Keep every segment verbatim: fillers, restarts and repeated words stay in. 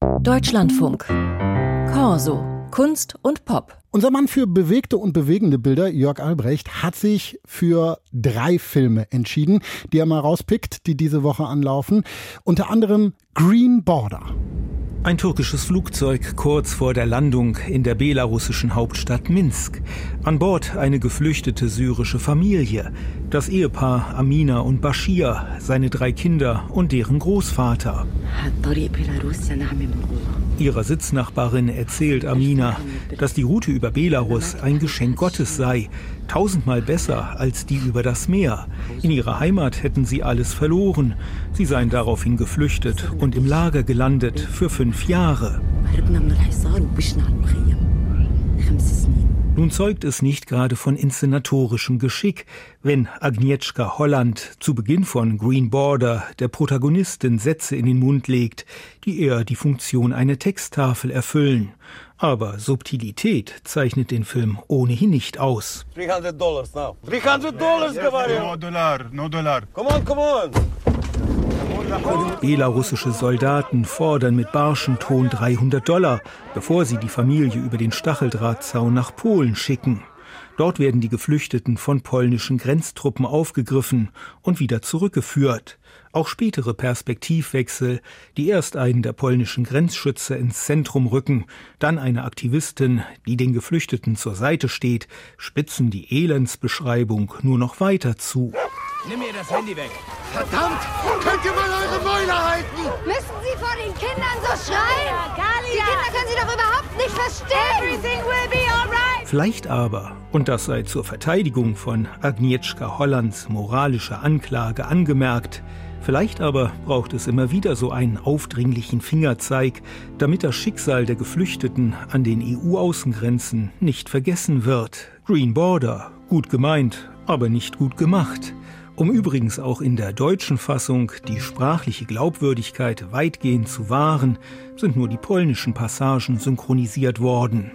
Deutschlandfunk. Corso. Kunst und Pop. Unser Mann für bewegte und bewegende Bilder, Jörg Albrecht, hat sich für drei Filme entschieden, die er mal rauspickt, die diese Woche anlaufen. Unter anderem Green Border. Ein türkisches Flugzeug kurz vor der Landung in der belarussischen Hauptstadt Minsk. An Bord eine geflüchtete syrische Familie. Das Ehepaar Amina und Bashir, seine drei Kinder und deren Großvater. Ihrer Sitznachbarin erzählt Amina, dass die Route über Belarus ein Geschenk Gottes sei, tausendmal besser als die über das Meer. In ihrer Heimat hätten sie alles verloren. Sie seien daraufhin geflüchtet und im Lager gelandet für fünf Jahre. Nun zeugt es nicht gerade von inszenatorischem Geschick, wenn Agnieszka Holland zu Beginn von Green Border der Protagonistin Sätze in den Mund legt, die eher die Funktion einer Texttafel erfüllen. Aber Subtilität zeichnet den Film ohnehin nicht aus. dreihundert Dollars now. dreihundert Dollars, No dollar, no dollar. Come on, come on. Belarussische Soldaten fordern mit barschem Ton dreihundert Dollar, bevor sie die Familie über den Stacheldrahtzaun nach Polen schicken. Dort werden die Geflüchteten von polnischen Grenztruppen aufgegriffen und wieder zurückgeführt. Auch spätere Perspektivwechsel, die erst einen der polnischen Grenzschützer ins Zentrum rücken, dann eine Aktivistin, die den Geflüchteten zur Seite steht, spitzen die Elendsbeschreibung nur noch weiter zu. Nimm mir das Handy weg. Verdammt! Könnt ihr mal eure Mäuler halten? Müssen Sie vor den Kindern so schreien? Die Kinder können Sie doch überhaupt nicht verstehen. Everything will be alright. Vielleicht aber, und das sei zur Verteidigung von Agnieszka Hollands moralischer Anklage angemerkt, vielleicht aber braucht es immer wieder so einen aufdringlichen Fingerzeig, damit das Schicksal der Geflüchteten an den E U-Außengrenzen nicht vergessen wird. Green Border, gut gemeint, aber nicht gut gemacht. Um übrigens auch in der deutschen Fassung die sprachliche Glaubwürdigkeit weitgehend zu wahren, sind nur die polnischen Passagen synchronisiert worden.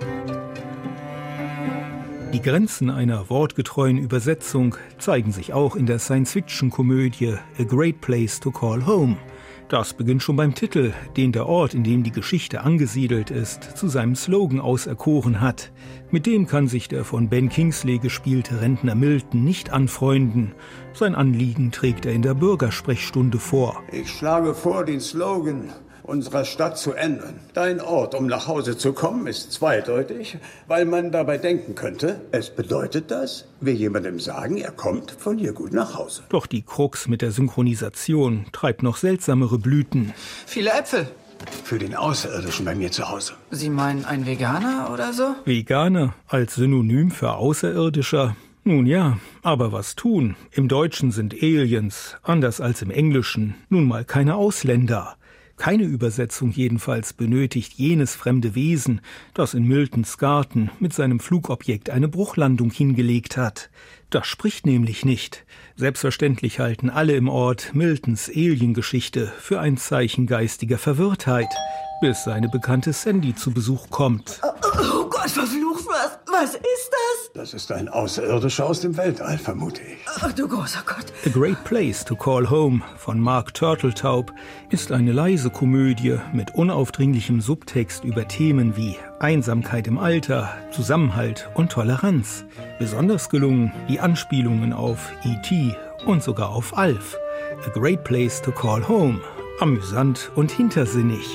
Die Grenzen einer wortgetreuen Übersetzung zeigen sich auch in der Science-Fiction-Komödie A Great Place to Call Home. Das beginnt schon beim Titel, den der Ort, in dem die Geschichte angesiedelt ist, zu seinem Slogan auserkoren hat. Mit dem kann sich der von Ben Kingsley gespielte Rentner Milton nicht anfreunden. Sein Anliegen trägt er in der Bürgersprechstunde vor. Ich schlage vor, den Slogan unserer Stadt zu ändern. Dein Ort, um nach Hause zu kommen, ist zweideutig, weil man dabei denken könnte, es bedeutet das, wir jemandem sagen, er kommt von hier gut nach Hause. Doch die Krux mit der Synchronisation treibt noch seltsamere Blüten. Viele Äpfel. Für den Außerirdischen bei mir zu Hause. Sie meinen ein Veganer oder so? Veganer als Synonym für Außerirdischer? Nun ja, aber was tun? Im Deutschen sind Aliens, anders als im Englischen, nun mal keine Ausländer. Keine Übersetzung jedenfalls benötigt jenes fremde Wesen, das in Miltons Garten mit seinem Flugobjekt eine Bruchlandung hingelegt hat. Das spricht nämlich nicht. Selbstverständlich halten alle im Ort Miltons Alien-Geschichte für ein Zeichen geistiger Verwirrtheit, bis seine bekannte Sandy zu Besuch kommt. Oh, oh Gott, verflucht, was, was ist das? Das ist ein Außerirdischer aus dem Weltall, vermute ich. Ach du großer Gott. A Great Place to Call Home von Mark Turteltaub ist eine leise Komödie mit unaufdringlichem Subtext über Themen wie Einsamkeit im Alter, Zusammenhalt und Toleranz. Besonders gelungen die Anspielungen auf E T und sogar auf Alf. A Great Place to Call Home. Amüsant und hintersinnig.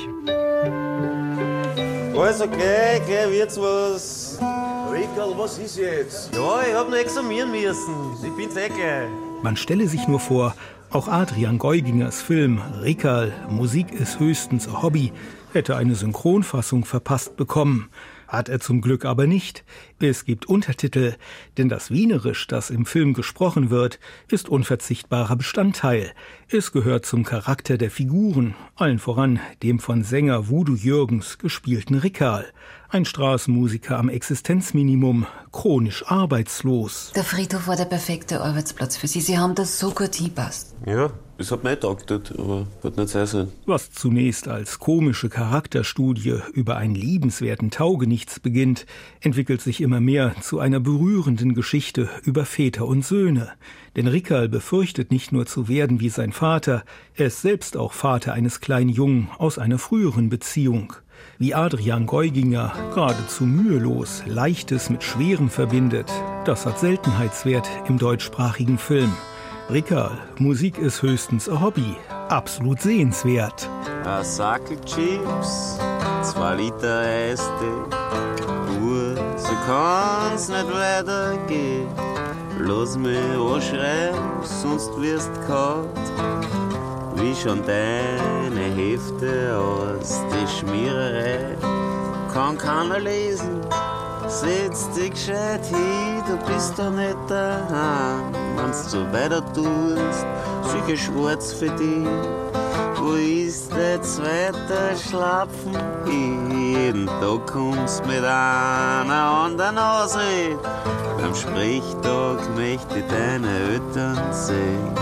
Alles okay, gleich wird's was. Rickerl, was ist jetzt? Ja, ich hab nur examieren müssen. Ich bin's eh gleich. Man stelle sich nur vor, auch Adrian Geugingers Film Rickerl, Musik ist höchstens ein Hobby, hätte eine Synchronfassung verpasst bekommen. Hat er zum Glück aber nicht. Es gibt Untertitel, denn das Wienerisch, das im Film gesprochen wird, ist unverzichtbarer Bestandteil. Es gehört zum Charakter der Figuren, allen voran dem von Sänger Voodoo Jürgens gespielten Rickerl. Ein Straßenmusiker am Existenzminimum, chronisch arbeitslos. Der Friedhof war der perfekte Arbeitsplatz für Sie. Sie haben das so gut hingepasst. Ja, Es hat mir getaugt, aber wird nicht sein sollen. Was zunächst als komische Charakterstudie über einen liebenswerten Taugenichts beginnt, entwickelt sich immer mehr zu einer berührenden Geschichte über Väter und Söhne. Denn Rickerl befürchtet nicht nur zu werden wie sein Vater, er ist selbst auch Vater eines kleinen Jungen aus einer früheren Beziehung. Wie Adrian Geuginger geradezu mühelos Leichtes mit Schwerem verbindet, das hat Seltenheitswert im deutschsprachigen Film. Rickerl, Musik ist höchstens ein Hobby, absolut sehenswert. Ein Sackel Chips, zwei Liter Eistee, Uhr, so kann's nicht weitergehen. Lass mich anschreiben, sonst wirst kalt. Wie schon deine Hefte aus der Schmiererei, kann keiner lesen. Setz dich gescheit hin, du bist doch nicht daheim. Wenn's so weiter tust, sicher schwarz für dich. Wo ist dein zweiter Schlapfen? Jeden Tag kommst mit einer anderen Ausrede. Beim Sprechtag möchte ich deine Eltern sehen.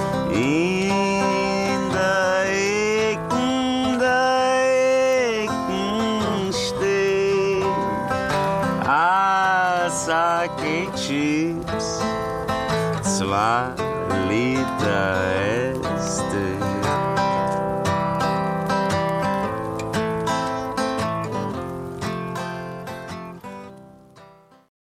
In der Ecken, der Ecken stehen ein Sackel Chips, zwei